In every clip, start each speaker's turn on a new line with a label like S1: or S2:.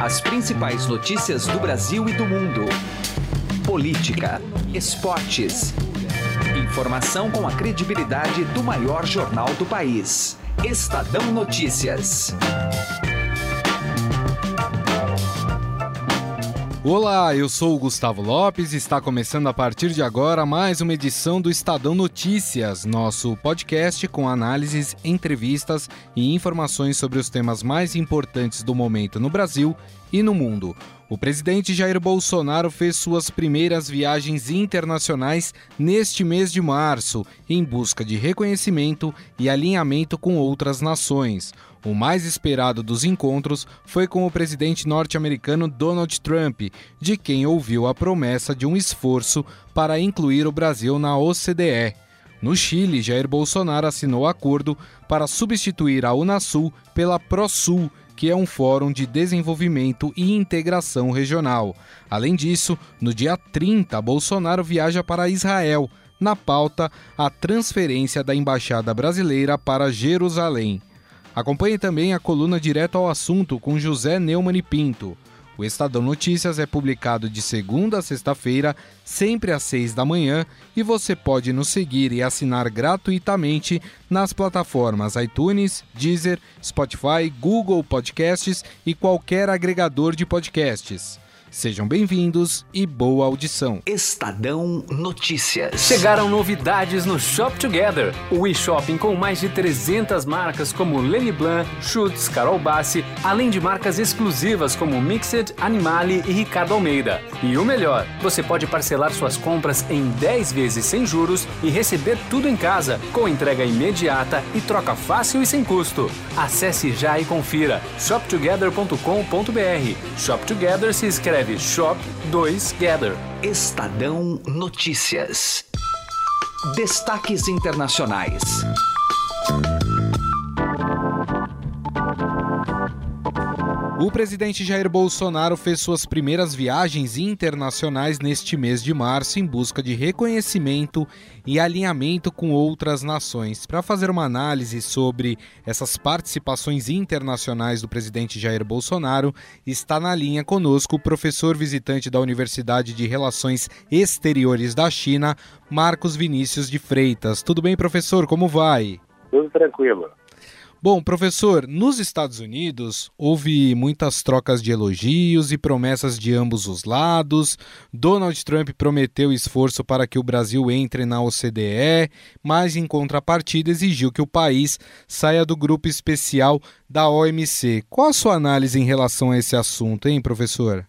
S1: As principais notícias do Brasil e do mundo. Política, esportes. Informação com a credibilidade do maior jornal do país. Estadão Notícias.
S2: Olá, eu sou o Gustavo Lopes e está começando a partir de agora mais uma edição do Estadão Notícias, nosso podcast com análises, entrevistas e informações sobre os temas mais importantes do momento no Brasil e no mundo. O presidente Jair Bolsonaro fez suas primeiras viagens internacionais neste mês de março, em busca de reconhecimento e alinhamento com outras nações. O mais esperado dos encontros foi com o presidente norte-americano Donald Trump, de quem ouviu a promessa de um esforço para incluir o Brasil na OCDE. No Chile, Jair Bolsonaro assinou acordo para substituir a Unasul pela Prosul, que é um fórum de desenvolvimento e integração regional. Além disso, no dia 30, Bolsonaro viaja para Israel. Na pauta, a transferência da embaixada brasileira para Jerusalém. Acompanhe também a coluna Direto ao Assunto com José Neumann e Pinto. O Estadão Notícias é publicado de segunda a sexta-feira, sempre às 6 da manhã, e você pode nos seguir e assinar gratuitamente nas plataformas iTunes, Deezer, Spotify, Google Podcasts e qualquer agregador de podcasts. Sejam bem-vindos e boa audição.
S1: Estadão Notícias.
S3: Chegaram novidades no Shop Together, o e-shopping com mais de 300 marcas como Lenny Blanc, Schutz, Carol Bassi, além de marcas exclusivas como Mixed, Animale e Ricardo Almeida. E o melhor, você pode parcelar suas compras em 10 vezes sem juros e receber tudo em casa, com entrega imediata e troca fácil e sem custo. Acesse já e confira shoptogether.com.br. Shop Together se escreve Shop 2 Gather.
S1: Estadão Notícias. Destaques internacionais.
S2: O presidente Jair Bolsonaro fez suas primeiras viagens internacionais neste mês de março em busca de reconhecimento e alinhamento com outras nações. Para fazer uma análise sobre essas participações internacionais do presidente Jair Bolsonaro, está na linha conosco o professor visitante da Universidade de Relações Exteriores da China, Marcos Vinícius de Freitas. Tudo bem, professor? Como vai?
S4: Tudo tranquilo.
S2: Bom, professor, nos Estados Unidos houve muitas trocas de elogios e promessas de ambos os lados. Donald Trump prometeu esforço para que o Brasil entre na OCDE, mas em contrapartida exigiu que o país saia do grupo especial da OMC. Qual a sua análise em relação a esse assunto, hein, professor?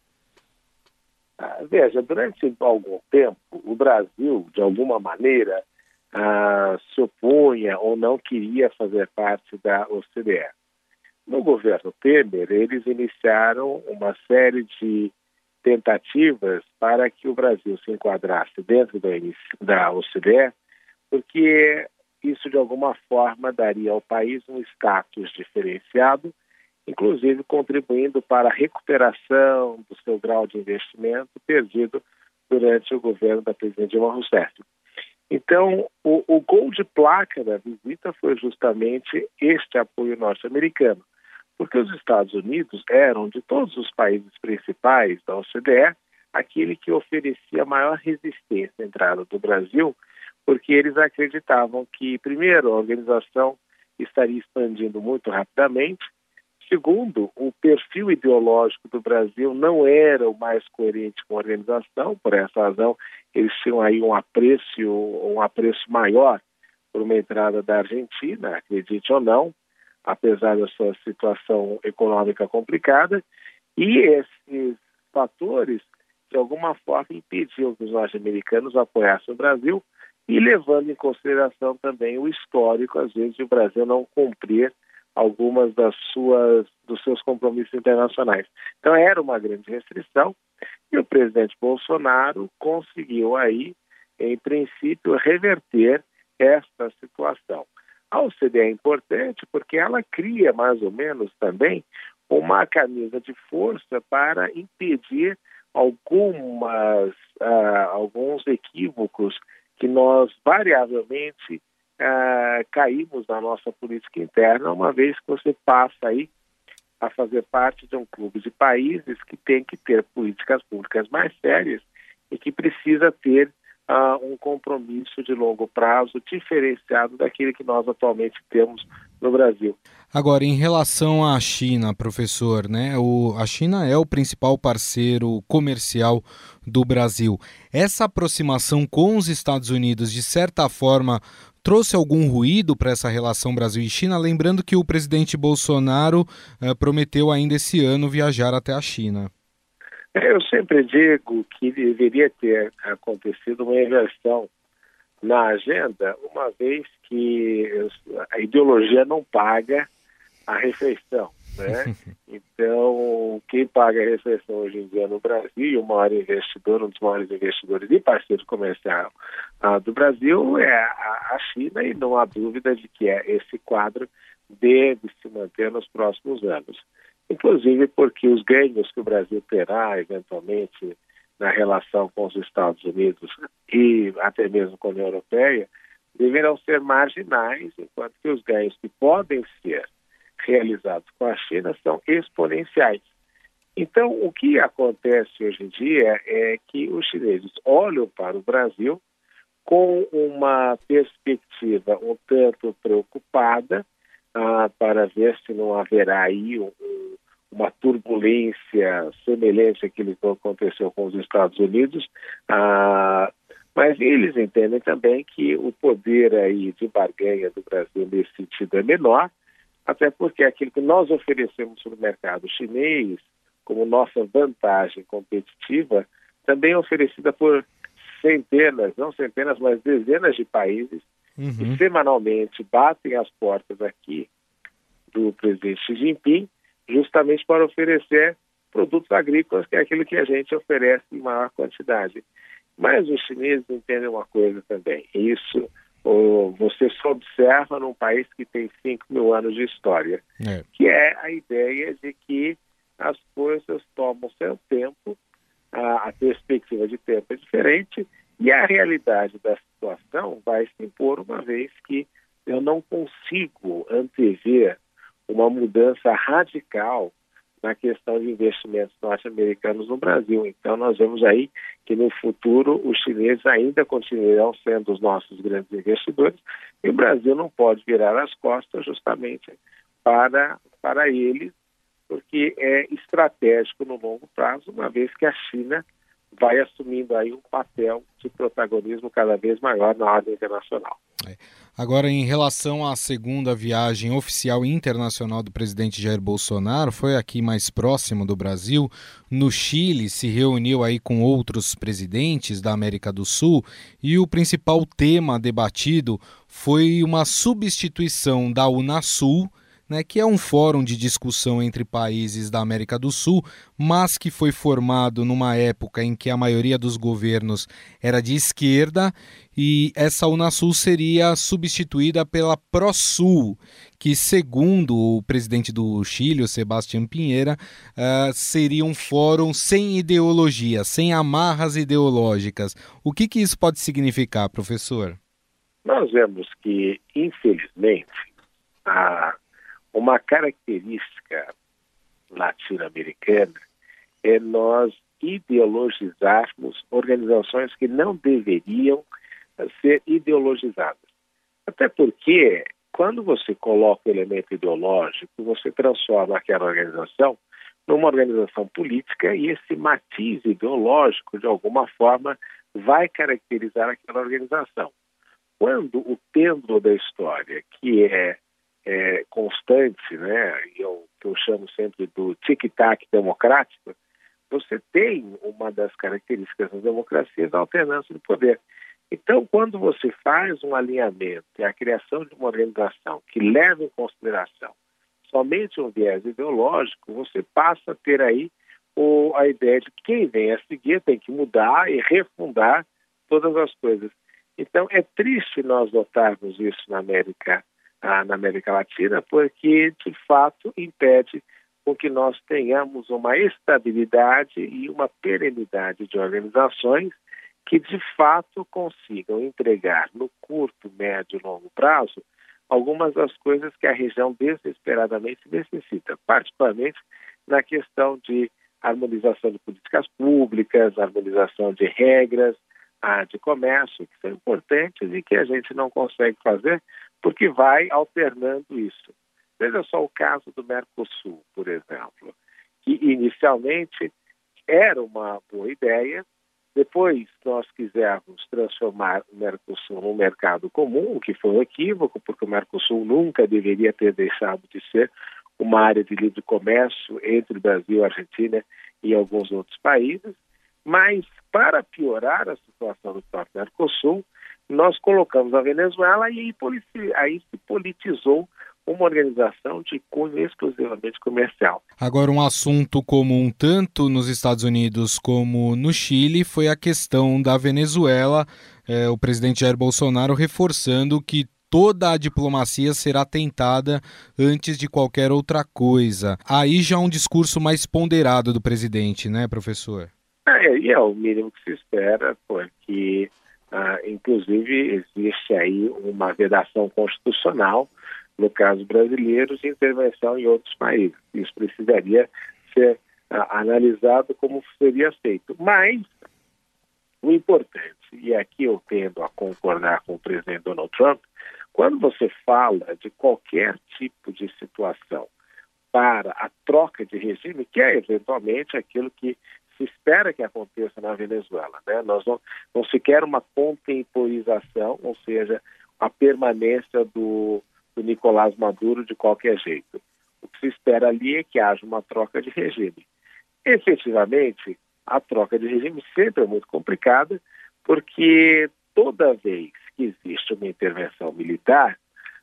S4: Veja, durante algum tempo, o Brasil, de alguma maneira, se opunha ou não queria fazer parte da OCDE. No governo Temer, eles iniciaram uma série de tentativas para que o Brasil se enquadrasse dentro da OCDE, porque isso, de alguma forma, daria ao país um status diferenciado, inclusive contribuindo para a recuperação do seu grau de investimento perdido durante o governo da presidente Dilma Rousseff. Então, o gol de placa da visita foi justamente este apoio norte-americano, porque os Estados Unidos eram, de todos os países principais da OCDE, aquele que oferecia maior resistência à entrada do Brasil, porque eles acreditavam que, primeiro, a organização estaria expandindo muito rapidamente, segundo, o perfil ideológico do Brasil não era o mais coerente com a organização, por essa razão eles tinham aí um apreço maior por uma entrada da Argentina, acredite ou não, apesar da sua situação econômica complicada, e esses fatores, de alguma forma, impediam que os norte-americanos apoiassem o Brasil e levando em consideração também o histórico, às vezes, de o Brasil não cumprir algumas dos seus compromissos internacionais. Então era uma grande restrição e o presidente Bolsonaro conseguiu aí, em princípio, reverter esta situação. A OCDE é importante porque ela cria mais ou menos também uma camisa de força para impedir alguns equívocos que nós variavelmente caímos na nossa política interna, uma vez que você passa aí a fazer parte de um clube de países que tem que ter políticas públicas mais sérias e que precisa ter um compromisso de longo prazo diferenciado daquele que nós atualmente temos no Brasil.
S2: Agora, em relação à China, professor, né? A China é o principal parceiro comercial do Brasil. Essa aproximação com os Estados Unidos, de certa forma, trouxe algum ruído para essa relação Brasil e China? Lembrando que o presidente Bolsonaro prometeu ainda esse ano viajar até a China.
S4: Eu sempre digo que deveria ter acontecido uma inversão na agenda, uma vez que a ideologia não paga a refeição, né? Então, quem paga a refeição hoje em dia no Brasil, e o maior investidor, um dos maiores investidores e parceiro comercial do Brasil é a China, e não há dúvida de que esse quadro deve se manter nos próximos anos. Inclusive porque os ganhos que o Brasil terá, eventualmente, na relação com os Estados Unidos e até mesmo com a União Europeia, deverão ser marginais, enquanto que os ganhos que podem ser realizados com a China são exponenciais. Então, o que acontece hoje em dia é que os chineses olham para o Brasil com uma perspectiva um tanto preocupada, para ver se não haverá aí uma turbulência semelhante àquilo que aconteceu com os Estados Unidos, mas eles entendem também que o poder aí de barganha do Brasil nesse sentido é menor, até porque aquilo que nós oferecemos para o mercado chinês como nossa vantagem competitiva também é oferecida por centenas, não centenas, mas dezenas de países que semanalmente batem as portas aqui do presidente Xi Jinping, justamente para oferecer produtos agrícolas, que é aquilo que a gente oferece em maior quantidade. Mas os chineses entendem uma coisa também, isso você só observa num país que tem 5.000 anos de história, que é a ideia de que as coisas tomam seu tempo, a perspectiva de tempo é diferente, e a realidade da situação vai se impor, uma vez que eu não consigo antever uma mudança radical na questão de investimentos norte-americanos no Brasil. Então, nós vemos aí que no futuro os chineses ainda continuarão sendo os nossos grandes investidores, e o Brasil não pode virar as costas justamente para eles, porque é estratégico no longo prazo, uma vez que a China vai assumindo aí um papel de protagonismo cada vez maior na ordem internacional.
S2: Agora, em relação à segunda viagem oficial internacional do presidente Jair Bolsonaro, foi aqui mais próximo do Brasil, no Chile, se reuniu aí com outros presidentes da América do Sul, e o principal tema debatido foi uma substituição da Unasul, né, que é um fórum de discussão entre países da América do Sul, mas que foi formado numa época em que a maioria dos governos era de esquerda, e essa Unasul seria substituída pela Prosul, que, segundo o presidente do Chile, o Sebastián Piñera, seria um fórum sem ideologia, sem amarras ideológicas. O que isso pode significar, professor?
S4: Nós vemos que, infelizmente, uma característica latino-americana é nós ideologizarmos organizações que não deveriam ser ideologizadas. Até porque, quando você coloca o elemento ideológico, você transforma aquela organização numa organização política, e esse matiz ideológico, de alguma forma, vai caracterizar aquela organização. Quando o pêndulo da história, que é constante, né, que eu chamo sempre do tic-tac democrático, você tem uma das características das democracias, a alternância do poder. Então, quando você faz um alinhamento e a criação de uma organização que leva em consideração somente um viés ideológico, você passa a ter aí a ideia de que quem vem a seguir tem que mudar e refundar todas as coisas. Então, é triste nós notarmos isso na América Latina, porque, de fato, impede com que nós tenhamos uma estabilidade e uma perenidade de organizações que, de fato, consigam entregar no curto, médio e longo prazo algumas das coisas que a região desesperadamente necessita, particularmente na questão de harmonização de políticas públicas, harmonização de regras, de comércio, que são importantes e que a gente não consegue fazer porque vai alternando isso. Veja só o caso do Mercosul, por exemplo, que inicialmente era uma boa ideia, depois nós quisemos transformar o Mercosul num mercado comum, o que foi um equívoco, porque o Mercosul nunca deveria ter deixado de ser uma área de livre comércio entre o Brasil, a Argentina e alguns outros países, mas para piorar a situação do próprio Mercosul, nós colocamos a Venezuela e aí se politizou uma organização de cunho exclusivamente comercial.
S2: Agora, um assunto comum tanto nos Estados Unidos como no Chile foi a questão da Venezuela, o presidente Jair Bolsonaro reforçando que toda a diplomacia será tentada antes de qualquer outra coisa. Aí já um discurso mais ponderado do presidente, né, professor?
S4: E é o mínimo que se espera, porque, inclusive, existe aí uma vedação constitucional, no caso brasileiro, de intervenção em outros países. Isso precisaria ser analisado como seria feito. Mas o importante, e aqui eu tendo a concordar com o presidente Donald Trump, quando você fala de qualquer tipo de situação para a troca de regime, que é eventualmente aquilo que se espera que aconteça na Venezuela, né? Nós não se quer uma contemporização, ou seja, a permanência do Nicolás Maduro de qualquer jeito. O que se espera ali é que haja uma troca de regime. Efetivamente, a troca de regime sempre é muito complicada, porque toda vez que existe uma intervenção militar,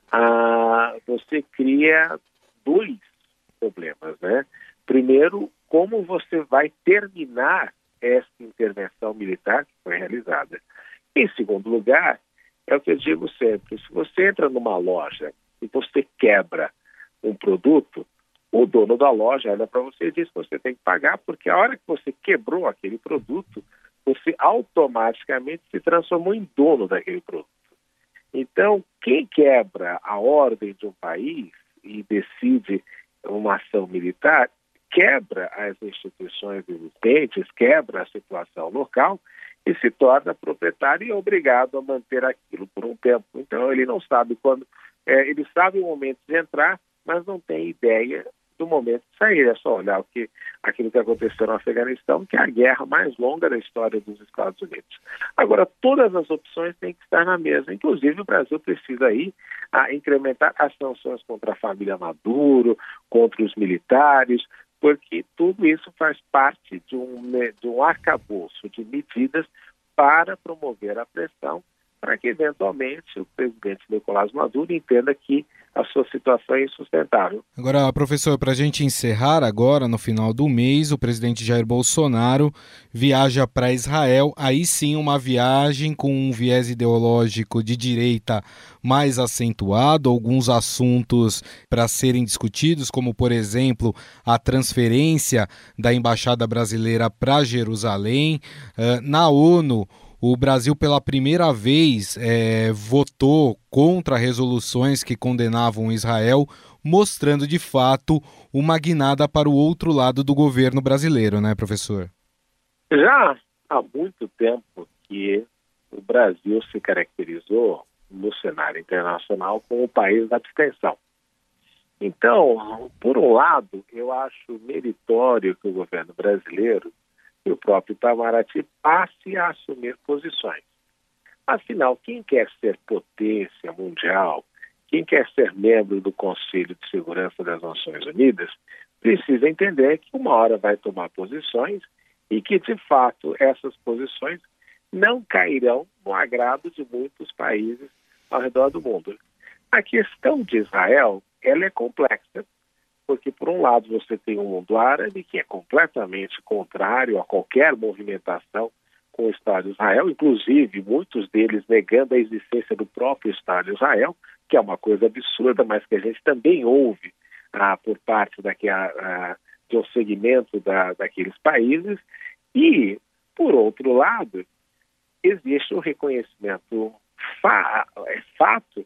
S4: você cria dois problemas, né? Primeiro, como você vai terminar essa intervenção militar que foi realizada. Em segundo lugar, é o que eu digo sempre, se você entra numa loja e você quebra um produto, o dono da loja olha para você e diz que você tem que pagar, porque a hora que você quebrou aquele produto, você automaticamente se transformou em dono daquele produto. Então, quem quebra a ordem de um país e decide uma ação militar, quebra as instituições existentes, quebra a situação local e se torna proprietário e é obrigado a manter aquilo por um tempo. Então, ele não sabe quando... ele sabe o momento de entrar, mas não tem ideia do momento de sair. É só olhar aquilo que aconteceu no Afeganistão, que é a guerra mais longa da história dos Estados Unidos. Agora, todas as opções têm que estar na mesa. Inclusive, o Brasil precisa aí incrementar as sanções contra a família Maduro, contra os militares, porque tudo isso faz parte de um arcabouço de medidas para promover a pressão para que, eventualmente, o presidente Nicolás Maduro entenda que a sua situação é insustentável.
S2: Agora, professor, para a gente encerrar agora, no final do mês, o presidente Jair Bolsonaro viaja para Israel, aí sim uma viagem com um viés ideológico de direita mais acentuado, alguns assuntos para serem discutidos, como, por exemplo, a transferência da Embaixada Brasileira para Jerusalém. Na ONU, o Brasil, pela primeira vez, votou contra resoluções que condenavam Israel, mostrando, de fato, uma guinada para o outro lado do governo brasileiro, né, professor?
S4: Já há muito tempo que o Brasil se caracterizou no cenário internacional como o país da abstenção. Então, por um lado, eu acho meritório que o governo brasileiro e o próprio Itamaraty passe a assumir posições. Afinal, quem quer ser potência mundial, quem quer ser membro do Conselho de Segurança das Nações Unidas, precisa entender que uma hora vai tomar posições e que, de fato, essas posições não cairão no agrado de muitos países ao redor do mundo. A questão de Israel, ela é complexa, porque, por um lado, você tem um mundo árabe que é completamente contrário a qualquer movimentação com o Estado de Israel, inclusive muitos deles negando a existência do próprio Estado de Israel, que é uma coisa absurda, mas que a gente também ouve por parte de um segmento daqueles países. E, por outro lado, existe o reconhecimento fato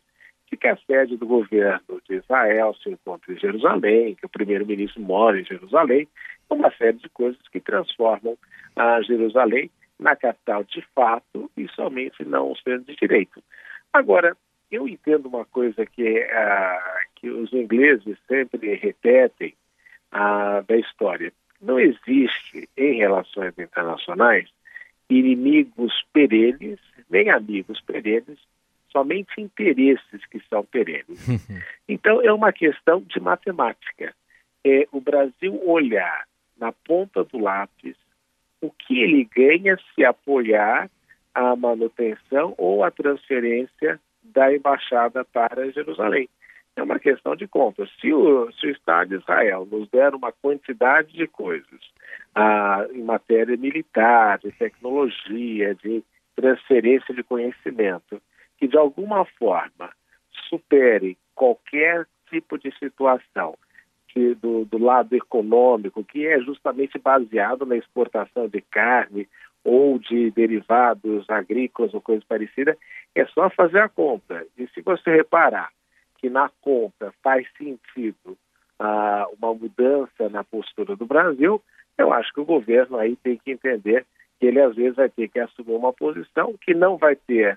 S4: de que a sede do governo de Israel se encontra em Jerusalém, que o primeiro-ministro mora em Jerusalém, uma série de coisas que transformam a Jerusalém na capital de fato e somente não o centro de direito. Agora, eu entendo uma coisa que os ingleses sempre repetem da história. Não existe em relações internacionais inimigos perenes, nem amigos perenes, somente interesses que são perenes. Então, é uma questão de matemática. É o Brasil olhar na ponta do lápis o que ele ganha se apoiar a manutenção ou a transferência da embaixada para Jerusalém. É uma questão de contas. Se o Estado de Israel nos der uma quantidade de coisas em matéria militar, de tecnologia, de transferência de conhecimento, que de alguma forma supere qualquer tipo de situação que do lado econômico, que é justamente baseado na exportação de carne ou de derivados agrícolas ou coisa parecida, é só fazer a conta. E se você reparar que na conta faz sentido uma mudança na postura do Brasil, eu acho que o governo aí tem que entender que ele às vezes vai ter que assumir uma posição que não vai ter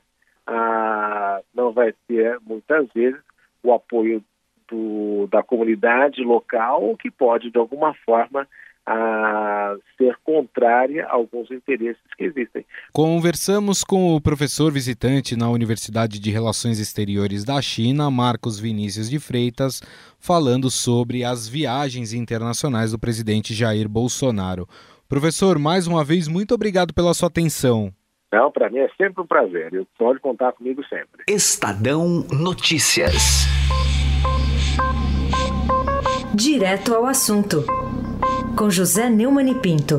S4: muitas vezes o apoio da comunidade local, que pode de alguma forma ser contrária a alguns interesses que existem.
S2: Conversamos com o professor visitante na Universidade de Relações Exteriores da China, Marcos Vinícius de Freitas, falando sobre as viagens internacionais do presidente Jair Bolsonaro. Professor, mais uma vez, muito obrigado pela sua atenção.
S4: Não, para mim é sempre um prazer. Eu pode contar comigo sempre.
S1: Estadão Notícias.
S5: Direto ao assunto, com José Neumann e Pinto.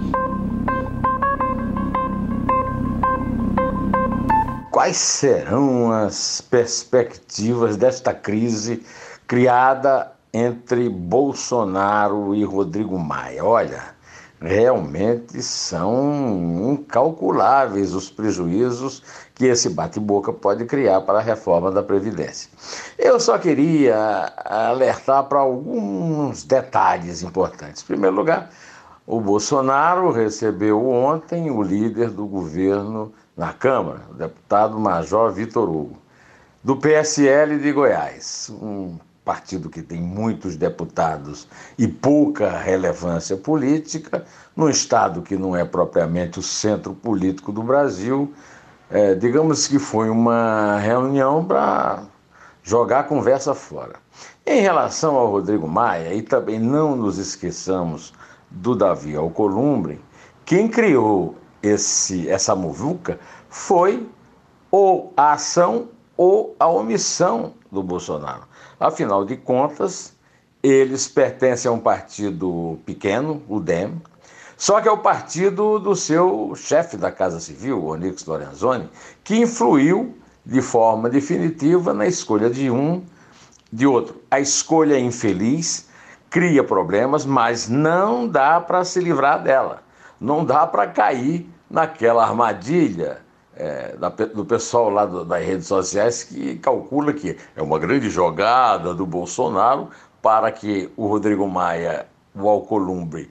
S6: Quais serão as perspectivas desta crise criada entre Bolsonaro e Rodrigo Maia? Olha, realmente são incalculáveis os prejuízos que esse bate-boca pode criar para a reforma da Previdência. Eu só queria alertar para alguns detalhes importantes. Em primeiro lugar, o Bolsonaro recebeu ontem o líder do governo na Câmara, o deputado Major Vitor Hugo, do PSL de Goiás, um partido que tem muitos deputados e pouca relevância política, num estado que não é propriamente o centro político do Brasil. Digamos que foi uma reunião para jogar a conversa fora. Em relação ao Rodrigo Maia, e também não nos esqueçamos do Davi Alcolumbre, quem criou essa muvuca foi ou a ação ou a omissão do Bolsonaro. Afinal de contas, eles pertencem a um partido pequeno, o DEM, só que é o partido do seu chefe da Casa Civil, Onyx Lorenzoni, que influiu de forma definitiva na escolha de um, de outro. A escolha é infeliz, cria problemas, mas não dá para se livrar dela. Não dá para cair naquela armadilha do pessoal lá das redes sociais que calcula que é uma grande jogada do Bolsonaro para que o Rodrigo Maia, o Alcolumbre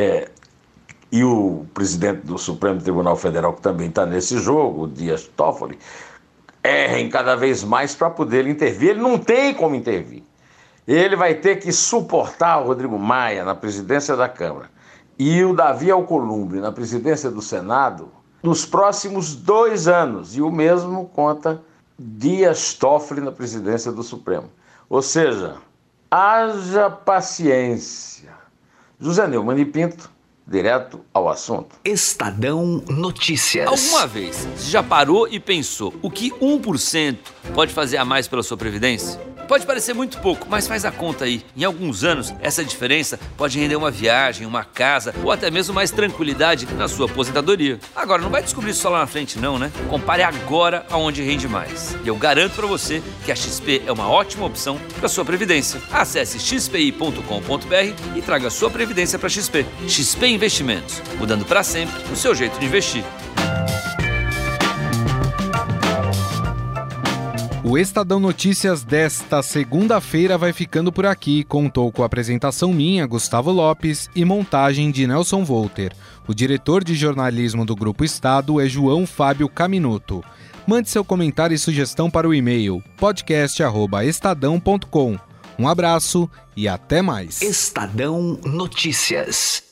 S6: e o presidente do Supremo Tribunal Federal, que também está nesse jogo, o Dias Toffoli, errem cada vez mais para poder intervir. Ele não tem como intervir. Ele vai ter que suportar o Rodrigo Maia na presidência da Câmara e o Davi Alcolumbre na presidência do Senado nos próximos 2 anos, e o mesmo conta Dias Toffoli na presidência do Supremo. Ou seja, haja paciência. José Neumann e Pinto, direto ao assunto.
S1: Estadão Notícias.
S7: Alguma vez você já parou e pensou o que 1% pode fazer a mais pela sua previdência? Pode parecer muito pouco, mas faz a conta aí. Em alguns anos, essa diferença pode render uma viagem, uma casa ou até mesmo mais tranquilidade na sua aposentadoria. Agora, não vai descobrir isso só lá na frente não, né? Compare agora aonde rende mais. E eu garanto para você que a XP é uma ótima opção para sua previdência. Acesse xpi.com.br e traga a sua previdência para XP. XP Investimentos, mudando para sempre o seu jeito de investir.
S2: O Estadão Notícias desta segunda-feira vai ficando por aqui. Contou com a apresentação minha, Gustavo Lopes, e montagem de Nelson Volter. O diretor de jornalismo do Grupo Estado é João Fábio Caminuto. Mande seu comentário e sugestão para o e-mail podcast@estadão.com. Um abraço e até mais.
S1: Estadão Notícias.